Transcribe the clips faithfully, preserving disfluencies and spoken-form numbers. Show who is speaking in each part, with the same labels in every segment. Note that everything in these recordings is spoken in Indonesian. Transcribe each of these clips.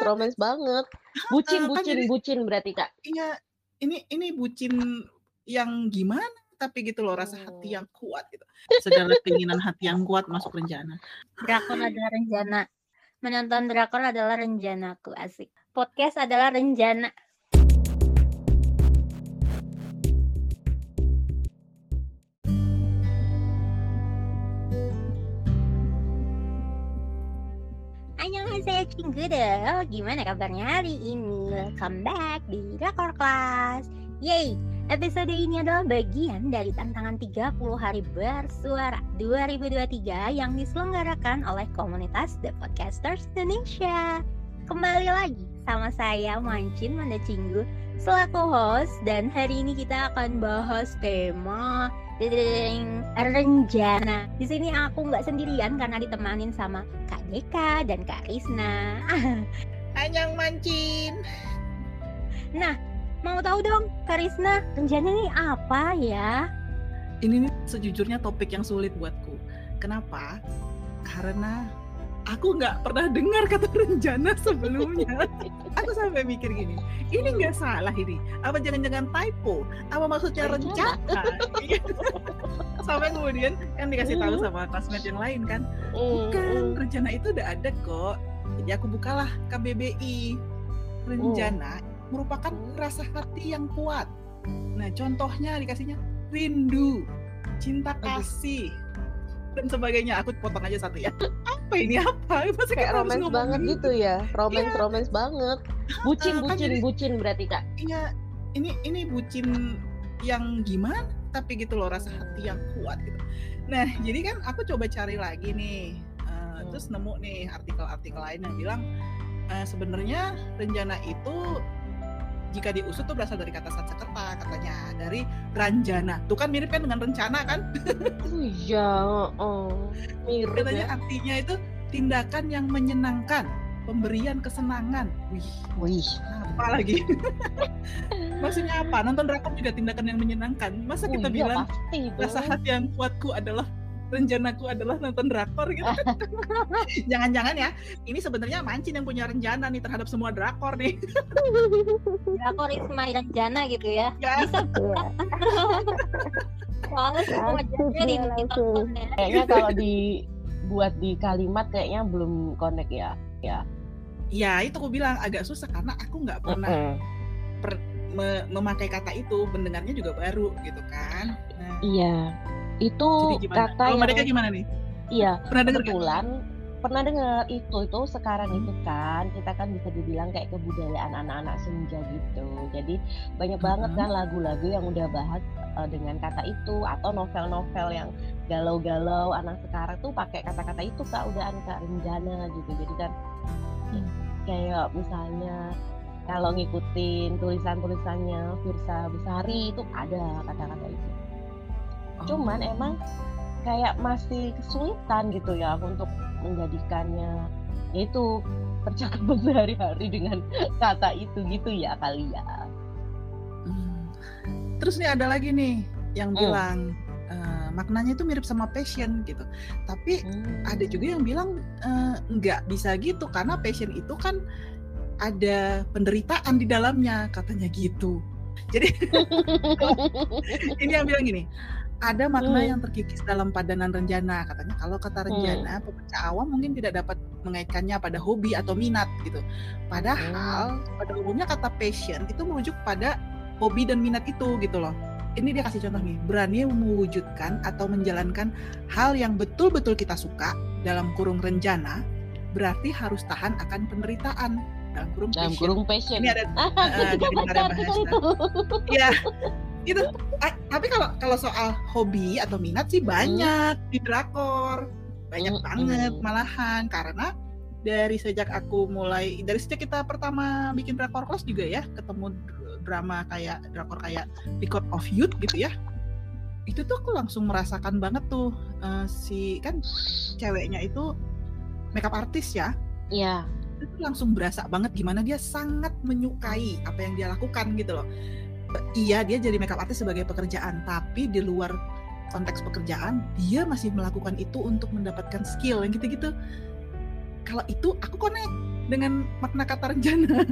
Speaker 1: romance banget. Bucin
Speaker 2: Heeh, kan
Speaker 1: bucin
Speaker 2: jadi
Speaker 1: bucin berarti, Kak?
Speaker 2: iya, ini ini bucin yang gimana, tapi gitu loh, rasa hati
Speaker 1: Oh.
Speaker 2: yang kuat gitu. Segala keinginan hati yang kuat masuk rencana.
Speaker 3: Drakor adalah rencana. Menonton drakor adalah rencanaku, asik. Podcast adalah rencana. Annyeonghaseyo Cinggudo, gimana kabarnya hari ini? Welcome back di Drakor Class. Yeay, episode ini adalah bagian dari tantangan tiga puluh hari bersuara dua ribu dua puluh tiga yang diselenggarakan oleh komunitas The Podcasters Indonesia. Kembali lagi sama saya Mancin Manda Cinggu selaku host, dan hari ini kita akan bahas tema rencana. Di sini aku nggak sendirian karena ditemanin sama Kak Deka dan Kak Risna.
Speaker 2: Anyang Mancin.
Speaker 3: Nah, mau tahu dong Kak Risna, rencana ini apa ya?
Speaker 2: Ini nih sejujurnya topik yang sulit buatku. Kenapa? Karena aku nggak pernah dengar kata rencana sebelumnya. Aku sampai mikir gini, ini nggak salah ini. Apa jangan-jangan typo? Apa maksudnya rencana? Sampai kemudian kan dikasih tahu sama classmate yang lain kan, bukan, rencana itu udah ada kok. Jadi aku bukalah K B B I. Rencana merupakan rasa hati yang kuat. Nah, contohnya dikasihnya rindu, cinta kasih, dan sebagainya. Aku potong aja satu ya. Apa ini apa? Masa
Speaker 1: Kayak
Speaker 2: kita harus
Speaker 1: romance
Speaker 2: ngomong
Speaker 1: banget gitu ya, romance
Speaker 2: Iya.
Speaker 1: romance banget. Bucin
Speaker 2: Ah, kan
Speaker 1: bucin
Speaker 2: jadi-
Speaker 1: bucin berarti, Kak?
Speaker 2: Iya, ini ini bucin yang gimana? Tapi gitu loh, rasa hati yang kuat gitu. Nah, jadi kan aku coba cari lagi nih, uh,
Speaker 1: Hmm.
Speaker 2: terus nemu nih artikel-artikel lain yang bilang uh, sebenarnya rencana itu jika diusut tuh berasal dari kata Sanskerta, katanya dari ranjana. Tuh kan mirip kan dengan rencana kan?
Speaker 1: Iya, oh, mirip
Speaker 2: Katanya
Speaker 1: ya.
Speaker 2: artinya itu tindakan yang menyenangkan, pemberian kesenangan. Wih,
Speaker 1: Wih,
Speaker 2: apa lagi? Maksudnya apa? Nonton drakor juga tindakan yang menyenangkan. Masa kita
Speaker 1: oh, iya,
Speaker 2: bilang
Speaker 1: pasti itu.
Speaker 2: rasa hati yang kuatku adalah rencanaku adalah nonton drakor gitu. Jangan-jangan ya, ini sebenarnya Mancin yang punya rencana nih terhadap semua drakor nih.
Speaker 3: Drakor is my rencana gitu ya.
Speaker 2: Ya.
Speaker 3: Bisa. Soalnya semua genre di
Speaker 1: langsung. Kayaknya kalau dibuat di kalimat kayaknya belum connect ya. Ya.
Speaker 2: Ya, itu aku bilang agak susah karena aku nggak pernah
Speaker 1: Mm-mm.
Speaker 2: per, me, memakai kata itu, pendengarnya juga baru gitu kan. Nah,
Speaker 1: Iya. Itu
Speaker 2: jadi gimana?
Speaker 1: kata
Speaker 2: Kalau
Speaker 1: yang
Speaker 2: mereka gimana nih?
Speaker 1: iya,
Speaker 2: Pernah dengar nggak?
Speaker 1: kebetulan pernah dengar itu itu sekarang itu kan kita kan bisa dibilang kayak kebudayaan anak-anak senja gitu. Jadi banyak banget
Speaker 2: Mhm.
Speaker 1: kan lagu-lagu yang udah bahas uh, dengan kata itu, atau novel-novel yang galau-galau anak sekarang tuh pakai kata-kata itu, Kak, udah Kak, rencana gitu. Jadi kan
Speaker 2: Hmm.
Speaker 1: kayak misalnya kalau ngikutin tulisan-tulisannya Firsa Besari itu ada kata-kata itu. Cuman
Speaker 2: Oh.
Speaker 1: emang kayak masih kesulitan gitu ya untuk menjadikannya yaitu percakapan sehari-hari dengan kata itu gitu ya kali ya.
Speaker 2: Hmm. Terus nih ada lagi nih yang
Speaker 1: Hmm.
Speaker 2: bilang uh, maknanya itu mirip sama passion gitu. Tapi
Speaker 1: Hmm.
Speaker 2: ada juga yang bilang uh, nggak bisa gitu karena passion itu kan ada penderitaan di dalamnya, katanya gitu. Jadi ini yang bilang gini, ada makna
Speaker 1: Hmm.
Speaker 2: yang terkikis dalam padanan rencana, katanya. Kalau kata rencana, pembaca awam mungkin tidak dapat mengaitkannya pada hobi atau minat gitu. Padahal pada umumnya kata passion itu merujuk pada hobi dan minat itu gitu loh. Ini dia kasih contoh nih, berani mewujudkan atau menjalankan hal yang betul-betul kita suka dalam kurung rencana, berarti harus tahan akan penderitaan dalam kurung
Speaker 1: Dalam
Speaker 2: passion.
Speaker 1: kurung passion.
Speaker 2: Ini ada
Speaker 1: Ah,
Speaker 2: uh,
Speaker 1: gue juga
Speaker 2: dari
Speaker 1: baca
Speaker 2: Maria
Speaker 1: artikel
Speaker 2: Bahasa.
Speaker 1: itu.
Speaker 2: Iya, itu. Ah, tapi kalau kalau soal hobi atau minat sih banyak di drakor, banyak
Speaker 1: Mm-mm.
Speaker 2: banget malahan, karena dari sejak aku mulai dari sejak kita pertama bikin drakor kelas juga ya, ketemu dr- drama kayak drakor kayak Record of Youth gitu ya, itu tuh aku langsung merasakan banget tuh uh, si kan ceweknya itu makeup artist ya,
Speaker 1: Iya.
Speaker 2: itu langsung berasa banget gimana dia sangat menyukai apa yang dia lakukan gitu loh. Iya, dia jadi makeup artist sebagai pekerjaan, tapi di luar konteks pekerjaan dia masih melakukan itu untuk mendapatkan skill yang gitu-gitu. Kalau itu aku connect dengan makna kata rencana.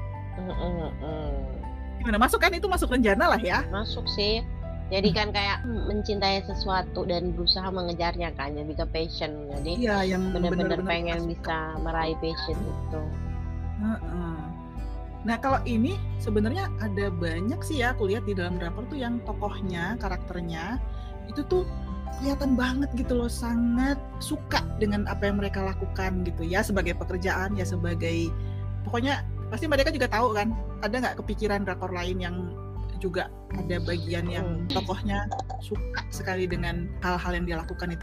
Speaker 1: Mm-mm-mm.
Speaker 2: Gimana, masuk kan, itu masuk rencana lah ya?
Speaker 1: Masuk sih. Jadi kan kayak mencintai sesuatu dan berusaha mengejarnya kan, jadi ke passion. Jadi
Speaker 2: Iya, yang
Speaker 1: benar-benar
Speaker 2: benar-benar
Speaker 1: pengen
Speaker 2: kita
Speaker 1: bisa meraih passion itu.
Speaker 2: Heeh. Nah kalau ini sebenarnya ada banyak sih ya, aku lihat di dalam drakor tuh yang tokohnya, karakternya itu tuh kelihatan banget gitu loh, sangat suka dengan apa yang mereka lakukan gitu ya, sebagai pekerjaan ya, sebagai pokoknya pasti mereka juga tahu kan, ada nggak kepikiran drakor lain yang juga ada bagian yang tokohnya suka sekali dengan hal-hal yang dia lakukan itu?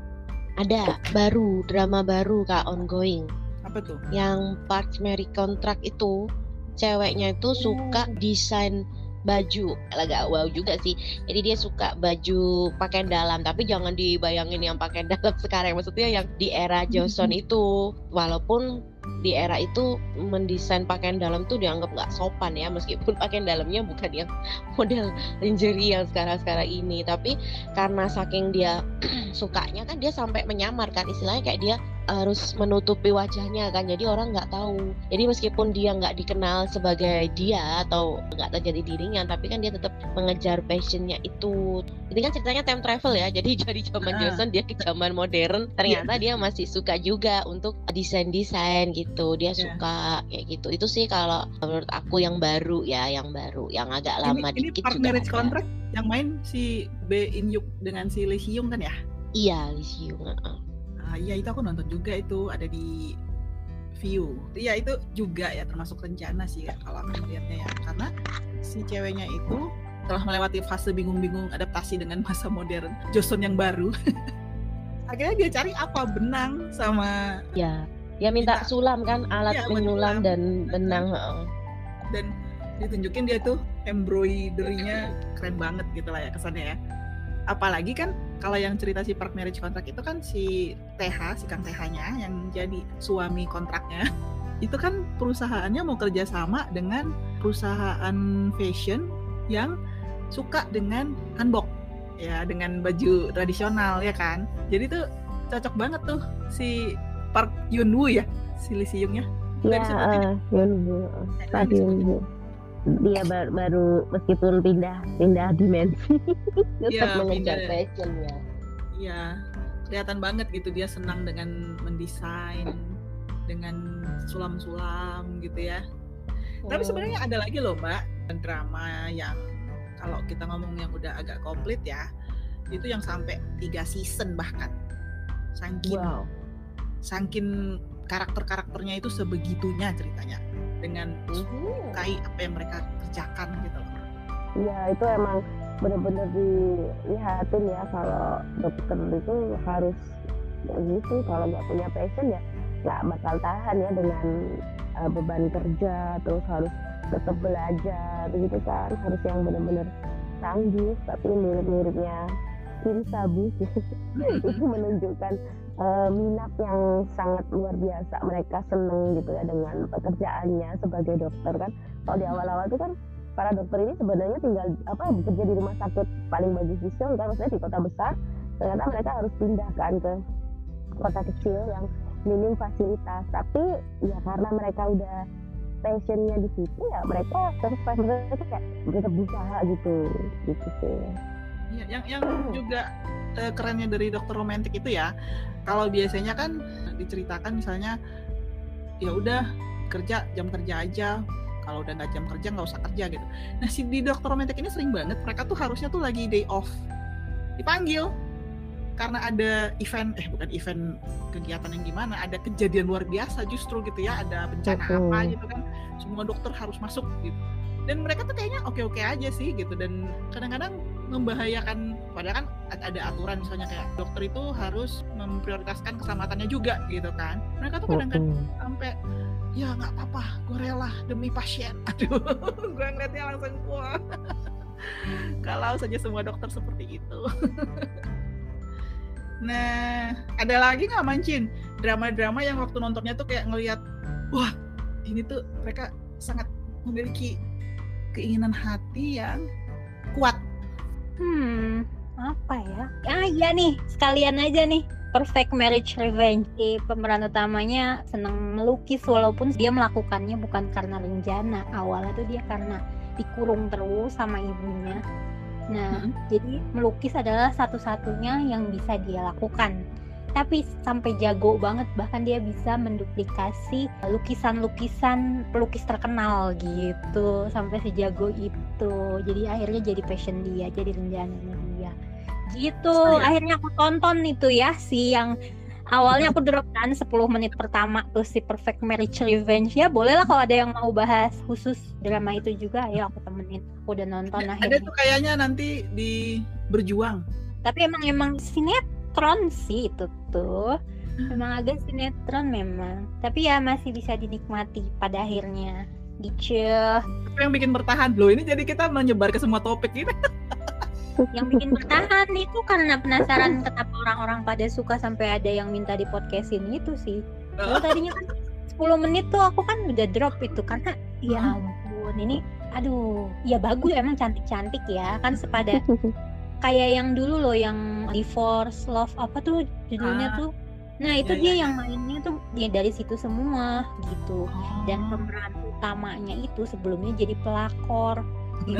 Speaker 1: Ada baru drama baru Kak, ongoing.
Speaker 2: Apa tuh?
Speaker 1: Yang Parks Marriage Contract itu ceweknya itu suka desain baju, agak wow juga sih. Jadi dia suka baju pakaian dalam, tapi jangan dibayangin yang pakaian dalam sekarang, maksudnya yang di era Joseon itu. Walaupun di era itu mendesain pakaian dalam tuh dianggap nggak sopan ya, meskipun pakaian dalamnya bukan yang model lingerie yang sekarang-sekarang ini, tapi karena saking dia sukanya kan dia sampai menyamar kan, istilahnya kayak dia harus menutupi wajahnya kan, jadi orang nggak tahu. Jadi meskipun dia nggak dikenal sebagai dia atau nggak terjadi dirinya, tapi kan dia tetap mengejar passionnya itu. Ini kan ceritanya time travel ya, jadi dari zaman Joseon dia ke zaman modern, ternyata dia masih suka juga untuk desain-desain gitu, dia suka kayak gitu. Itu sih kalau menurut aku yang baru ya, yang baru, yang agak lama
Speaker 2: ini,
Speaker 1: dikit
Speaker 2: ini Park
Speaker 1: juga
Speaker 2: Marriage
Speaker 1: ada.
Speaker 2: Contract yang main si Bae In Hyuk dengan si Lee Si Young kan ya?
Speaker 1: Iya, Lee Si Young. Uh-uh.
Speaker 2: Ah, iya itu aku nonton juga, itu ada di View. Iya itu juga ya termasuk rencana sih ya, kalau aku melihatnya ya, karena si ceweknya itu telah melewati fase bingung-bingung adaptasi dengan masa modern Joseon yang baru. Akhirnya dia cari apa, benang sama
Speaker 1: ya dia minta, minta sulam kan, alat
Speaker 2: ya,
Speaker 1: penyulam dan benang. Uh.
Speaker 2: Dan ditunjukin dia tuh embroidery-nya keren banget gitu lah ya kesannya ya. Apalagi kan kalau yang cerita si Park Marriage Contract itu kan si T H, si Kang T H-nya yang jadi suami kontraknya itu kan perusahaannya mau kerjasama dengan perusahaan fashion yang suka dengan hanbok ya, dengan baju tradisional ya kan. Jadi tuh cocok banget tuh si Park Yun Woo ya, si Lee Si Young-nya.
Speaker 4: Ya, uh, Yun Woo, Pak Yun Woo. Dia baru, baru meskipun pindah pindah dimensi tetap
Speaker 2: ya,
Speaker 4: mengejar
Speaker 2: pindah.
Speaker 4: passionnya.
Speaker 2: Iya, kelihatan banget gitu dia senang dengan mendesain, dengan sulam-sulam gitu ya. Oh. Tapi sebenarnya ada lagi loh Mbak, drama yang kalau kita ngomong yang udah agak komplit ya, itu yang sampai tiga season bahkan. Saking,
Speaker 4: wow.
Speaker 2: saking karakter-karakternya itu sebegitunya ceritanya, dengan sukai apa yang mereka kerjakan gitu loh.
Speaker 4: Iya itu emang benar-benar dilihatin ya, kalau dokter itu harus begitu, kalau nggak punya passion ya nggak bakal tahan ya dengan uh, beban kerja, terus harus tetap belajar gitu kan, harus yang benar-benar tangguh. Tapi mirip-miripnya Kiri Sabu itu menunjukkan uh, minat yang sangat luar biasa, mereka seneng gitu ya dengan pekerjaannya sebagai dokter kan. Kalau di awal-awal itu kan para dokter ini sebenarnya tinggal apa bekerja di rumah sakit paling bagus di Seoul kan, maksudnya di kota besar, ternyata mereka harus pindah kan ke kota kecil yang minim fasilitas. Tapi ya karena mereka udah passionnya di situ ya mereka survive, mereka kayak tetap berusaha gitu gitu sih.
Speaker 2: Ya, yang yang juga eh, kerennya dari dokter romantik itu ya, kalau biasanya kan diceritakan misalnya ya udah kerja jam kerja aja, kalau udah nggak jam kerja nggak usah kerja gitu. Nah si di dokter romantik ini sering banget mereka tuh harusnya tuh lagi day off dipanggil karena ada event, eh bukan event kegiatan yang gimana, ada kejadian luar biasa justru gitu ya, ada bencana
Speaker 4: Betul.
Speaker 2: apa gitu kan, semua dokter harus masuk gitu. Dan mereka tuh kayaknya oke-oke aja sih gitu, dan kadang-kadang membahayakan, padahal kan ada aturan misalnya kayak dokter itu harus memprioritaskan keselamatannya juga gitu kan. Mereka tuh kadang-kadang sampai ya nggak apa-apa, gue rela demi pasien. Aduh, gue ngeliatnya langsung wah. Kalau saja semua dokter seperti itu. Nah, ada lagi nggak Mancin drama-drama yang waktu nontonnya tuh kayak ngelihat, wah ini tuh mereka sangat memiliki keinginan hati yang kuat.
Speaker 3: Hmm, apa ya? Ah iya nih, sekalian aja nih. Perfect Marriage Revenge. Eh, pemeran utamanya seneng melukis walaupun dia melakukannya bukan karena rencana. Awalnya tuh dia karena dikurung terus sama ibunya. Nah, hmm. jadi melukis adalah satu-satunya yang bisa dia lakukan. Tapi sampai jago banget, bahkan dia bisa menduplikasi lukisan-lukisan pelukis terkenal gitu, sampai sejago itu. Jadi akhirnya jadi passion dia, jadi rencananya dia gitu. Saya. Akhirnya aku tonton itu ya, si yang awalnya aku drop kan sepuluh menit pertama tuh si Perfect Marriage Revenge. Ya boleh lah kalau ada yang mau bahas khusus drama itu juga, ayo aku temenin. Aku udah nonton
Speaker 2: ya,
Speaker 3: akhirnya.
Speaker 2: Ada tuh kayaknya nanti di Berjuang.
Speaker 3: Tapi emang emang sinetron sih itu tuh. Memang agak sinetron memang. Tapi ya masih bisa dinikmati pada akhirnya. Gitu.
Speaker 2: Apa yang bikin bertahan? Loh, ini jadi kita menyebar ke semua topik ini.
Speaker 3: Yang bikin bertahan itu karena penasaran kenapa orang-orang pada suka sampai ada yang minta di podcastin itu sih. Kalau tadinya kan sepuluh menit tuh aku kan udah drop itu karena ya ampun ini aduh ya bagus emang cantik-cantik ya kan sepada kayak yang dulu loh yang Divorce Love apa tuh judulnya ah, tuh. Nah itu ya, dia ya. Yang mainnya tuh dia dari situ semua gitu. Dan pemeran utamanya itu sebelumnya jadi pelakor gitu.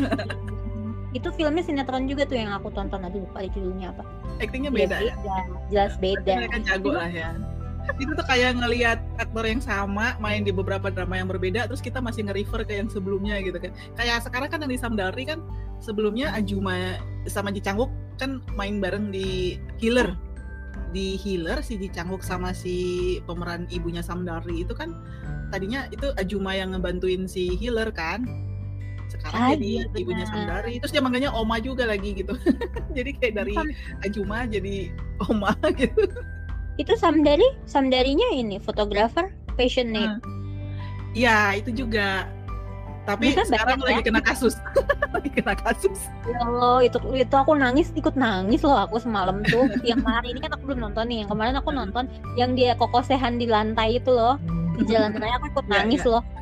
Speaker 3: Itu filmnya sinetron juga tuh yang aku tonton, aduh lupa judulnya apa.
Speaker 2: Aktingnya beda ya?
Speaker 3: Beda, jelas beda.
Speaker 2: Mereka jago lah ya. Itu tuh kayak ngelihat aktor yang sama main di beberapa drama yang berbeda, terus kita masih nge-refer ke yang sebelumnya gitu kan. Kayak sekarang kan yang di Samdari kan sebelumnya Ajuma sama Ji Chang-wook kan main bareng di Healer. Di Healer si Ji Chang-wook sama si pemeran ibunya Samdari itu kan tadinya itu Ajuma yang ngebantuin si Healer kan. Sekarang ah, jadi iya, ibunya Samdari, terus dia manggilnya Oma juga lagi gitu. Jadi kayak dari Ajuma jadi Oma gitu.
Speaker 3: Itu Samdari, Samdarinya ini fotografer, passionate.
Speaker 2: Iya, itu juga. Tapi mereka sekarang lagi ya? kena kasus. lagi kena kasus.
Speaker 3: Ya Allah, itu itu aku nangis, ikut nangis loh aku semalam tuh. Yang kemarin ini kan aku belum nonton nih. Yang kemarin aku nonton yang dia kokosehan di lantai itu loh. Di jalan raya aku ikut nangis ya, ya. loh.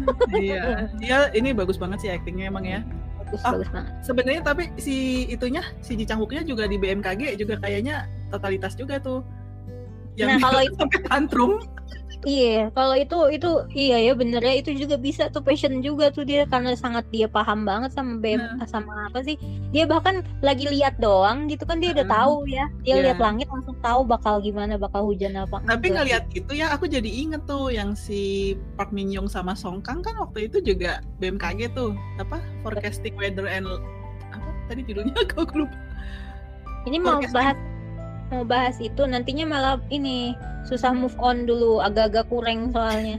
Speaker 2: Iya, dia ini bagus banget sih aktingnya emang ya.
Speaker 3: Bagus,
Speaker 2: oh,
Speaker 3: bagus banget.
Speaker 2: Sebenarnya tapi si itunya, si Ji Chang-wooknya juga di B M K G juga kayaknya totalitas juga tuh. Yang
Speaker 3: nah kalau itu
Speaker 2: sampai tantrum.
Speaker 3: Iya, kalau itu itu iya ya bener ya, itu juga bisa tuh passion juga tuh dia karena sangat dia paham banget sama B M, nah. sama apa sih? Dia bahkan lagi lihat doang gitu kan dia udah hmm. tahu ya. Dia yeah. lihat langit langsung tahu bakal gimana, bakal hujan apa.
Speaker 2: Tapi ngelihat itu ya aku jadi inget tuh yang si Park Min Young sama Song Kang kan waktu itu juga B M K G tuh. Apa? Forecasting Weather and apa tadi judulnya aku lupa.
Speaker 3: Ini mau bahas mau bahas itu nantinya malah ini susah move on dulu, agak-agak kurang soalnya.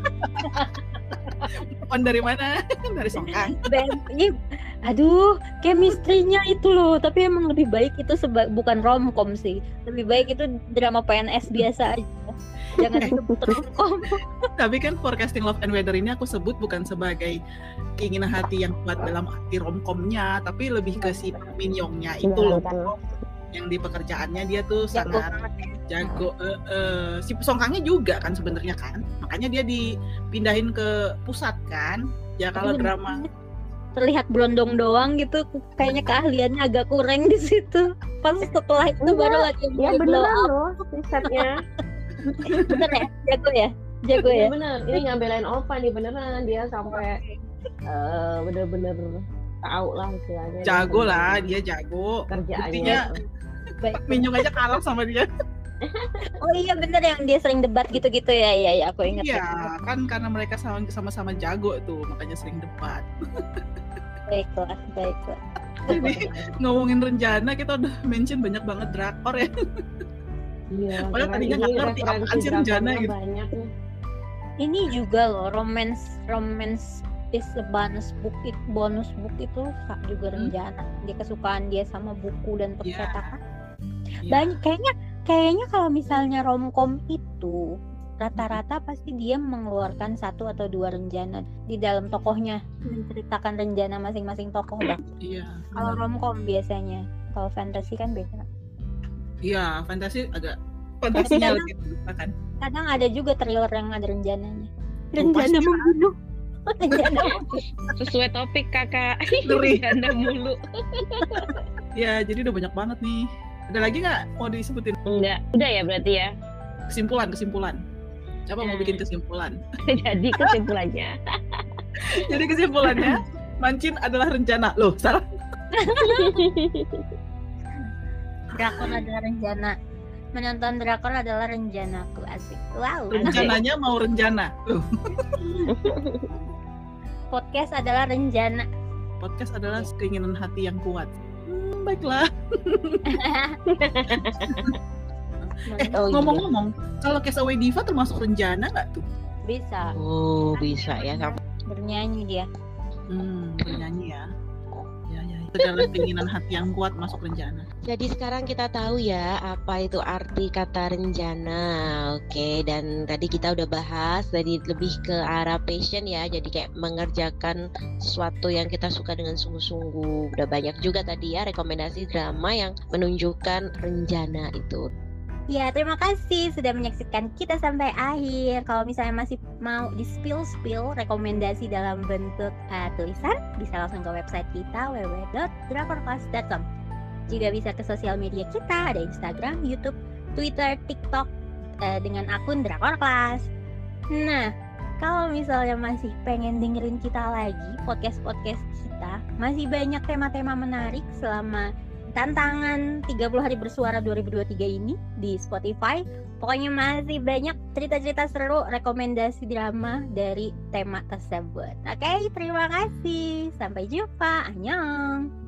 Speaker 2: Move on dari mana? Dari Song Kang.
Speaker 3: Aduh, chemistry-nya itu loh. Tapi emang lebih baik itu seba- bukan romcom sih. Lebih baik itu drama P N S biasa aja. Jangan disebut romcom.
Speaker 2: Tapi kan Forecasting Love and Weather ini aku sebut bukan sebagai keinginan hati yang kuat dalam arti romcomnya, tapi lebih ke si Min Young-nya itu loh. Yang di pekerjaannya dia tuh jago sangat banget. jago uh, uh, si Song Kangnya juga kan sebenarnya kan, makanya dia dipindahin ke pusat kan ya. Kalau drama
Speaker 3: terlihat blondong doang gitu, kayaknya keahliannya agak kurang di situ. Pas setelah itu baru lagi
Speaker 4: ya beneran loh risetnya.
Speaker 3: Bener ya, jago ya, jago ya.
Speaker 1: Bener, ini nyambelain Ova nih beneran, dia sampai uh, bener-bener tahu lah istilahnya.
Speaker 2: Jago lah, dia jago.
Speaker 1: Kerjaannya.
Speaker 2: Pak Min Young aja kalah sama dia.
Speaker 3: Oh iya bener yang dia sering debat gitu-gitu ya, iya ya aku ingat.
Speaker 2: Iya, kan karena mereka sama-sama jago tuh, makanya sering debat.
Speaker 3: Baiklah, baiklah.
Speaker 2: Jadi ngomongin rencana kita udah mention banyak banget drakor ya.
Speaker 1: Iya.
Speaker 2: Padahal tadinya nggak ngerti apaan sih rencana gitu.
Speaker 1: Banyak nih.
Speaker 3: Ini juga loh romance romance is a bonus book it bonus book itu juga rencana. Hmm. Dia kesukaan dia sama buku dan percetakan. Yeah. Yeah. Banyak kayaknya kayaknya kalau misalnya romcom itu rata-rata pasti dia mengeluarkan satu atau dua rencana di dalam tokohnya, menceritakan rencana masing-masing tokoh bang.
Speaker 2: Iya. Yeah.
Speaker 3: Kalau romcom biasanya, kalau fantasi kan beda.
Speaker 2: Iya, fantasi agak fantasinya lebih kan.
Speaker 3: Kadang ada juga thriller yang ada rencananya. Rencana membunuh.
Speaker 1: Sesuai topik kakak.
Speaker 2: Ngeri.
Speaker 1: Rencana mulu.
Speaker 2: Ya, jadi udah banyak banget nih Ada lagi nggak mau disebutin?
Speaker 4: Enggak, udah ya berarti ya.
Speaker 2: Kesimpulan, kesimpulan. Coba mau bikin kesimpulan.
Speaker 4: Jadi kesimpulannya.
Speaker 2: Jadi kesimpulannya, mancin adalah rencana. Loh, salah.
Speaker 3: Drakor adalah rencana. Menonton drakor adalah rencanaku, asik. Wow.
Speaker 2: Rencananya mau rencana. Loh.
Speaker 3: Podcast adalah rencana.
Speaker 2: Podcast adalah keinginan hati yang kuat. Hmm, baiklah. eh,
Speaker 1: Oh, iya.
Speaker 2: ngomong-ngomong, kalau Castaway Diva termasuk rencana nggak tuh?
Speaker 3: Bisa
Speaker 1: Oh, bisa ya. Sama.
Speaker 3: bernyanyi dia.
Speaker 2: Hmm, bernyanyi ya. Ya, ya. Segala keinginan hati yang kuat masuk rencana.
Speaker 1: Jadi sekarang kita tahu ya apa itu arti kata rencana. Oke, dan tadi kita udah bahas tadi lebih ke arah passion ya. Jadi kayak mengerjakan sesuatu yang kita suka dengan sungguh-sungguh. Udah banyak juga tadi ya rekomendasi drama yang menunjukkan rencana itu.
Speaker 3: Ya, terima kasih sudah menyaksikan kita sampai akhir. Kalau misalnya masih mau di spill-spill rekomendasi dalam bentuk uh, tulisan, bisa langsung ke website kita w w w dot drakorclass dot com. Juga bisa ke sosial media kita, ada Instagram, YouTube, Twitter, TikTok uh, dengan akun Drakor Class. Nah, kalau misalnya masih pengen dengerin kita lagi, podcast-podcast kita, masih banyak tema-tema menarik selama tantangan tiga puluh hari bersuara dua ribu dua puluh tiga ini di Spotify. Pokoknya masih banyak cerita-cerita seru, rekomendasi drama dari tema tersebut. Oke, terima kasih. Sampai jumpa. Annyeong.